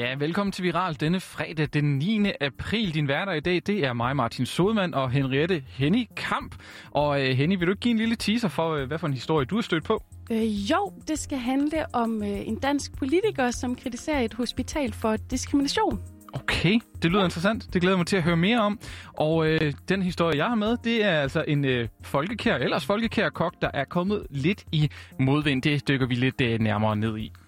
Ja, velkommen til Viral denne fredag den 9. april. Din værter i dag, det er mig, Martin Sodemann og Henriette Henny Kamp. Og Henny, vil du ikke give en lille teaser for, hvad for en historie du er stødt på? Jo, det skal handle om en dansk politiker, som kritiserer et hospital for diskrimination. Okay, det lyder interessant. Det glæder mig til at høre mere om. Og den historie, jeg har med, det er altså en folkekær kok, der er kommet lidt i modvind. Det dykker vi lidt nærmere ned i.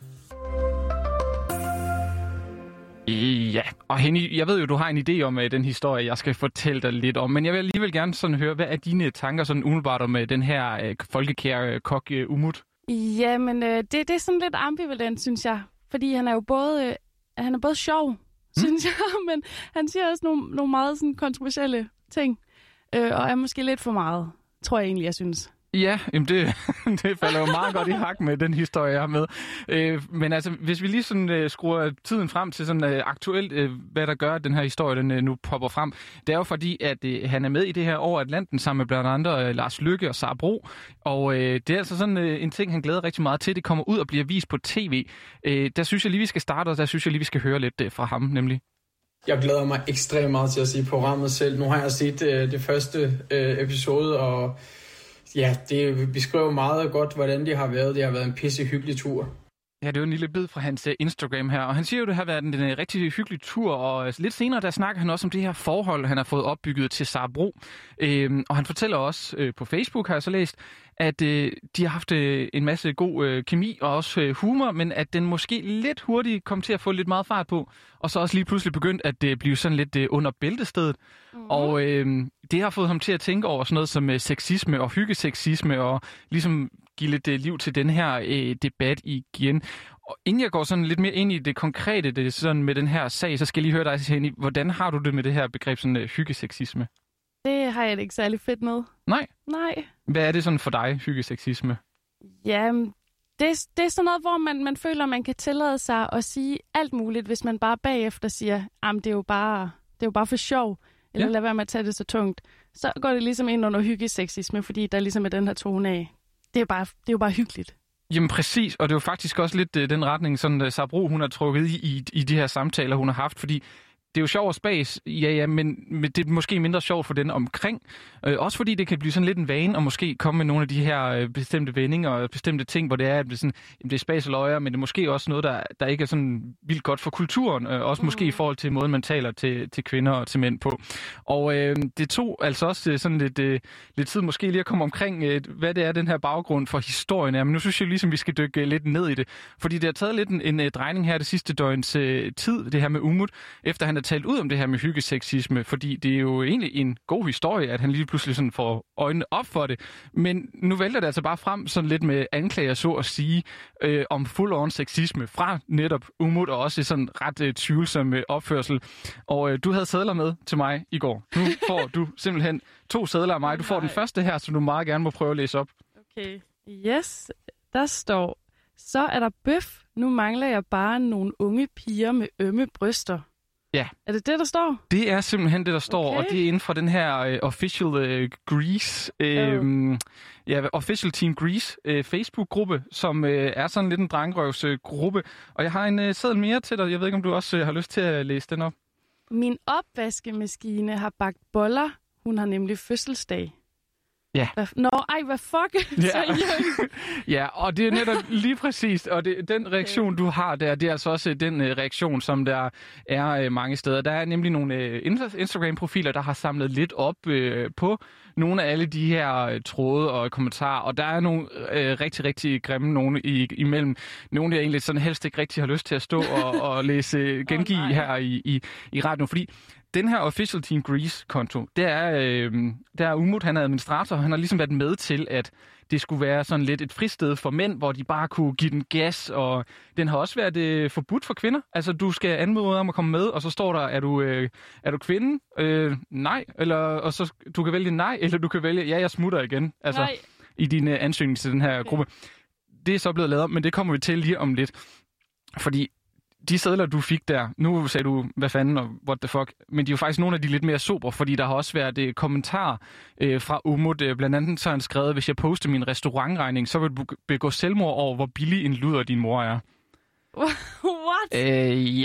Ja, og Henny, jeg ved jo, du har en idé om den historie, jeg skal fortælle dig lidt om, men jeg vil alligevel gerne sådan høre, hvad er dine tanker sådan umiddelbart om den her folkekære kok Umut? Jamen, det er sådan lidt ambivalent, synes jeg, fordi han er jo både sjov, synes jeg, men han siger også nogle meget sådan kontroversielle ting, og er måske lidt for meget, tror jeg egentlig, jeg synes. Ja, jamen det falder jo meget godt i hak med den historie, jeg har med. Men altså, hvis vi lige sådan skruer tiden frem til sådan aktuelt, hvad der gør, at den her historie den nu popper frem, det er jo fordi, at han er med i det her over Atlanten sammen med blandt andre Lars Løkke og Sara Bro. Og det er altså sådan en ting, han glæder rigtig meget til. Det kommer ud og bliver vist på tv. Der synes jeg lige, vi skal starte, og der synes jeg lige, vi skal høre lidt fra ham, nemlig. Jeg glæder mig ekstremt meget til at se programmet selv. Nu har jeg set det første episode, og ja, det beskriver meget godt, hvordan det har været. Det har været en pissehyggelig tur. Ja, det er jo en lille bid fra hans Instagram her, og han siger jo, at det har været en rigtig hyggelig tur, og lidt senere, der snakker han også om det her forhold, han har fået opbygget til Sara Bro. Og han fortæller også på Facebook, har jeg så læst, at de har haft en masse god kemi og også humor, men at den måske lidt hurtigt kom til at få lidt meget fart på, og så også lige pludselig begyndt at blive sådan lidt under bæltestedet. Og det har fået ham til at tænke over sådan noget som sexisme og hyggeseksisme, og ligesom give lidt liv til den her debat igen. Og inden jeg går sådan lidt mere ind i det konkrete det sådan med den her sag, så skal jeg lige høre dig, Henny, hvordan har du det med det her begreb sådan hyggeseksisme? Det har jeg det ikke særlig fedt med. Nej? Nej. Hvad er det sådan for dig, hyggeseksisme? Ja, det er sådan noget, hvor man føler, man kan tillade sig at sige alt muligt, hvis man bare bagefter siger, det er jo bare for sjov, eller lad være med at tage det så tungt. Så går det ligesom ind under hyggeseksisme, fordi der ligesom er den her tone af, det er jo bare hyggeligt. Jamen præcis, og det er jo faktisk også lidt den retning, sådan Sara Bro, hun har trukket i de her samtaler, hun har haft, fordi det er jo sjov og spas, men det er måske mindre sjovt for den omkring. Også fordi det kan blive sådan lidt en vane, og måske komme med nogle af de her bestemte vendinger og bestemte ting, hvor det er, at det er spas og løjer, men det er måske også noget, der ikke er sådan vildt godt for kulturen. Også måske i forhold til måden, man taler til kvinder og til mænd på. Og det tog altså også sådan lidt tid måske lige at komme omkring, hvad det er, den her baggrund for historien er. Men nu synes jeg ligesom, vi skal dykke lidt ned i det. Fordi det har taget lidt en drejning her det sidste døgns tid, det her med Umut, efter han talt ud om det her med hyggeseksisme, fordi det er jo egentlig en god historie, at han lige pludselig sådan får øjnene op for det. Men nu vælter det altså bare frem sådan lidt med anklager, så at sige, om full-on sexisme fra netop Umut, og også sådan ret tvivlsom opførsel. Og du havde sedler med til mig i går. Nu får du simpelthen 2 sedler af mig. Du får den første her, som du meget gerne må prøve at læse op. Okay. Yes, der står, så er der bøf. Nu mangler jeg bare nogle unge piger med ømme bryster. Ja. Er det det, der står? Det er simpelthen det, der står, okay. Og det er inden for den her Official Grease, Official Team Grease Facebook-gruppe, som er sådan lidt en drengerøvsgruppe. Og jeg har en seddel mere til dig. Jeg ved ikke, om du også har lyst til at læse den op. Min opvaskemaskine har bagt boller. Hun har nemlig fødselsdag. Ja. Hvad fuck? Ja. Ja, og det er netop lige præcis, og den reaktion, du har der, det er altså også den reaktion, som der er mange steder. Der er nemlig nogle Instagram-profiler, der har samlet lidt op på nogle af alle de her tråde og kommentarer, og der er nogle rigtig, rigtig grimme nogle imellem. Nogle, der egentlig sådan helst ikke rigtig har lyst til at stå og læse gengive her i radioen, fordi den her Official Team Grease-konto, der er Umut, han er administrator, og han har ligesom været med til, at det skulle være sådan lidt et fristed for mænd, hvor de bare kunne give den gas, og den har også været forbudt for kvinder. Altså, du skal anmode om at komme med, og så står der, er du kvinde? Nej. Og så du kan vælge nej, eller du kan vælge, ja, jeg smutter igen. Altså, nej. I din ansøgning til den her gruppe. Det er så blevet lavet, men det kommer vi til lige om lidt. Fordi de sedler, du fik der, nu sagde du, hvad fanden og what the fuck, men de er jo faktisk nogle af de lidt mere sobre, fordi der har også været kommentarer fra Umut. Blandt andet så har han skrevet, hvis jeg poster min restaurantregning, så vil du begå selvmord over, hvor billig en luder din mor er. What? Ja,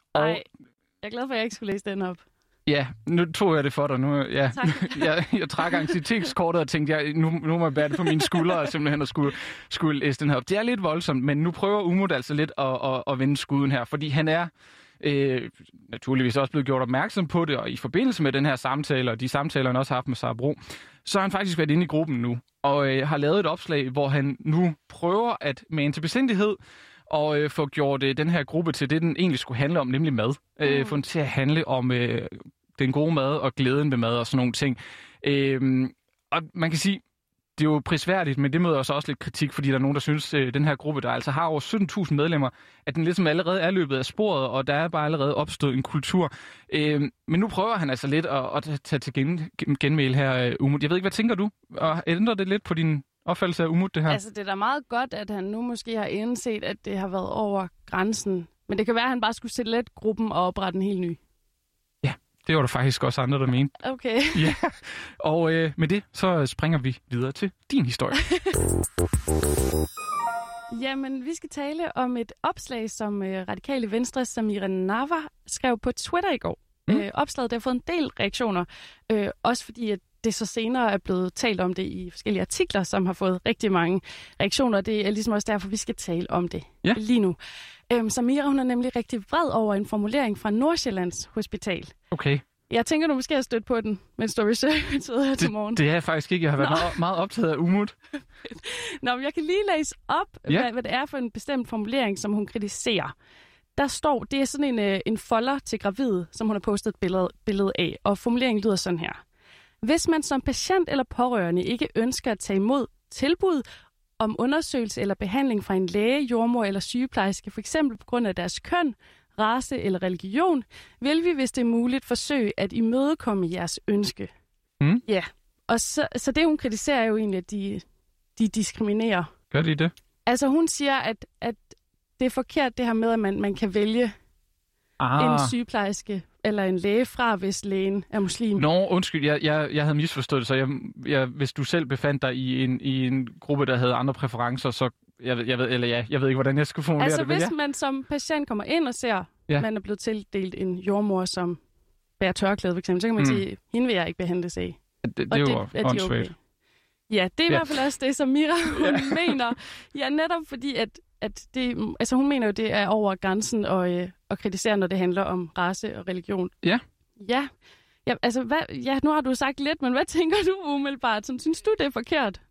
Nej, jeg er glad for, at jeg ikke skulle læse den op. Ja, nu tog jeg det for dig. Nu, ja. jeg trak anxieteteskortet og tænkte, nu må jeg bære det på mine skuldre og simpelthen skulle læse den her op. Det er lidt voldsomt, men nu prøver Umut altså lidt at vende skuden her, fordi han er naturligvis også blevet gjort opmærksom på det, og i forbindelse med den her samtale, og de samtaler, han også har haft med Sara Bro, så har han faktisk været inde i gruppen nu, og har lavet et opslag, hvor han nu prøver at mane til besindighed, og få gjort den her gruppe til det, den egentlig skulle handle om, nemlig mad. Få den til at handle om den gode mad og glæden ved mad og sådan nogle ting. Og man kan sige, det er jo prisværdigt, men det møder også lidt kritik, fordi der er nogen, der synes, den her gruppe, der altså har over 17.000 medlemmer, at den ligesom allerede er løbet af sporet, og der er bare allerede opstået en kultur. Men nu prøver han altså lidt at tage til genmæle her, Umut. Jeg ved ikke, hvad tænker du? Og ændrer det lidt på din opfattelse af Umut, det her? Altså, det er da meget godt, at han nu måske har indset, at det har været over grænsen. Men det kan være, at han bare skulle sætte lidt gruppen og oprette en helt ny. Ja, det var der faktisk også andre, der mente. Okay. Ja, og med det, så springer vi videre til din historie. Jamen, vi skal tale om et opslag, som Radikale Venstre Samira Nawa skrev på Twitter i går. Opslaget har fået en del reaktioner, også fordi at det så senere er blevet talt om det i forskellige artikler, som har fået rigtig mange reaktioner. Det er ligesom også derfor, vi skal tale om det lige nu. Samira, hun er nemlig rigtig vred over en formulering fra Nordsjællands Hospital. Okay. Jeg tænker, du måske har stødt på den, mens du researcher her til morgen. Det er jeg faktisk ikke. Jeg har været meget optaget af Umut. Nå, men jeg kan lige læse op, hvad det er for en bestemt formulering, som hun kritiserer. Der står, det er sådan en folder til gravide, som hun har postet et billede af, og formuleringen lyder sådan her. Hvis man som patient eller pårørende ikke ønsker at tage imod tilbud om undersøgelse eller behandling fra en læge, jordmor eller sygeplejerske, f.eks. på grund af deres køn, race eller religion, vil vi, hvis det er muligt, forsøge at imødekomme jeres ønske. Ja, og så det hun kritiserer er jo egentlig, at de diskriminerer. Gør de det? Altså hun siger, at det er forkert det her med, at man kan vælge en sygeplejerske eller en læge fra, hvis lægen er muslim. Nå, undskyld, jeg havde misforstået det, så hvis du selv befandt dig i en gruppe, der havde andre præferencer, så jeg ved ikke, hvordan jeg skulle formulere altså, det. Altså, hvis man som patient kommer ind og ser, man er blevet tildelt en jordmor, som bærer tørklæde, for eksempel, så kan man sige, hende vil jeg ikke behandles af. Det er jo åndssvagt. Okay. Ja, det er i hvert fald også det, som Mira mener. Ja, netop fordi, at det, altså hun mener jo, det er over grænsen og kritisere, når det handler om race og religion. Ja. Ja, altså, nu har du sagt lidt, men hvad tænker du umiddelbart? Synes du, det er forkert?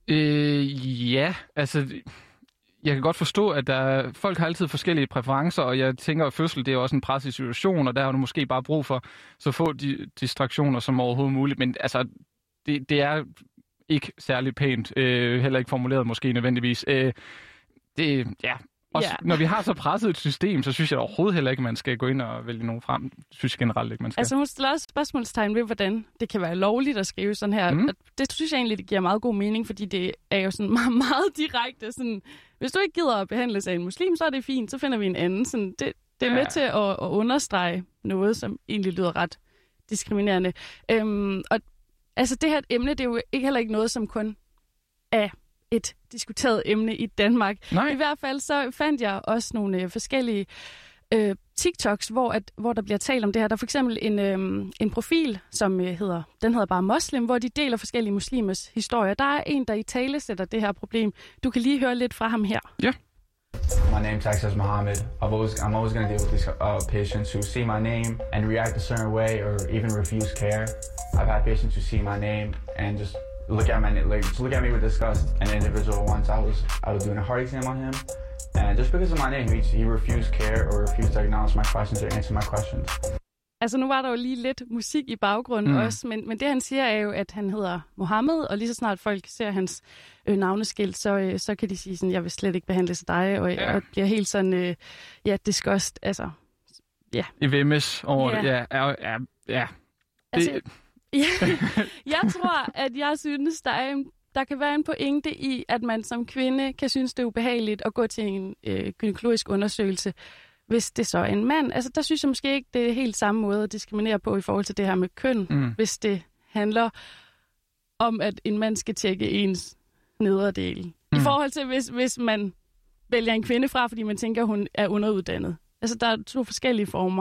Ja, altså, jeg kan godt forstå, at folk har altid forskellige præferencer, og jeg tænker, at fødsel, det er også en presset situation, og der har du måske bare brug for så få distraktioner som overhovedet muligt. Men altså, det er ikke særlig pænt, heller ikke formuleret måske nødvendigvis. Når vi har så presset et system, så synes jeg overhovedet heller ikke, man skal gå ind og vælge nogen frem. Synes jeg generelt ikke, man skal. Altså hun stiller også spørgsmålstegn ved, hvordan det kan være lovligt at skrive sådan her. Det synes jeg egentlig, det giver meget god mening, fordi det er jo sådan meget, meget direkte. Sådan, hvis du ikke gider at behandles af en muslim, så er det fint, så finder vi en anden. Sådan, det er med til at understrege noget, som egentlig lyder ret diskriminerende. Og altså det her emne, det er jo heller ikke noget, som kun er et diskuteret emne i Danmark. Nej. I hvert fald så fandt jeg også nogle forskellige TikToks, hvor der bliver talt om det her. Der er for eksempel en profil, som hedder bare Muslim, hvor de deler forskellige muslimers historier. Der er en, der i tale sætter det her problem. Du kan lige høre lidt fra ham her. Ja. My name is Muhammad. I'm always going to deal with these patients who see my name and react a certain way or even refuse care. I've had patients who see my name and just look at me with disgust. An individual once, I was doing a heart exam on him, and just because of my name, he refused care or refused to acknowledge my questions or answer my questions. Altså nu var der jo lige lidt musik i baggrunden også, men det han siger er jo, at han hedder Mohammed, og lige så snart folk ser hans navneskilt, så kan de sige sådan, jeg vil slet ikke behandles af dig, og bliver helt sådan, disgust, altså, ja. I VMS over det, ja. Altså, jeg tror, at jeg synes, der kan være en pointe i, at man som kvinde kan synes, det er ubehageligt at gå til en gynækologisk undersøgelse, hvis det så er en mand. Altså, der synes jeg måske ikke, det er helt samme måde at diskriminere på i forhold til det her med køn, hvis det handler om, at en mand skal tjekke ens nederdel. I forhold til, hvis man vælger en kvinde fra, fordi man tænker, hun er underuddannet. Altså, der er to forskellige former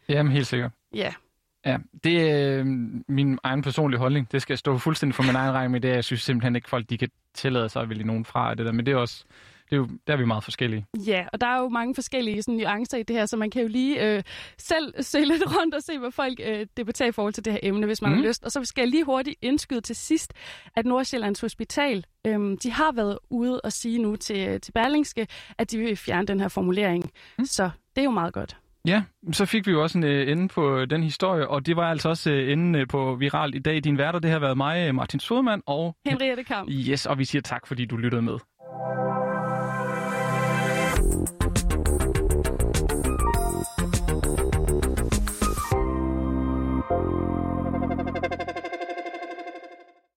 Jamen, helt sikkert. Ja. Ja, det er min egen personlige holdning. Det skal stå fuldstændig for min egen regning med det. Jeg synes simpelthen ikke, folk de kan tillade sig at vælge nogen fra det der. Men det er også, der er vi meget forskellige. Ja, og der er jo mange forskellige sådan, nuancer i det her, så man kan jo lige selv søge lidt rundt og se, hvad folk debatterer i forhold til det her emne, hvis man har lyst. Og så skal jeg lige hurtigt indskyde til sidst, at Nordsjællands Hospital, de har været ude og sige nu til Berlingske, at de vil fjerne den her formulering. Så det er jo meget godt. Ja, så fik vi jo også en ende på den historie, og det var altså også enden på Viral i dag. Din værter, det har været mig, Martin Sodemann og Henriette Kamp. Yes, og vi siger tak, fordi du lyttede med.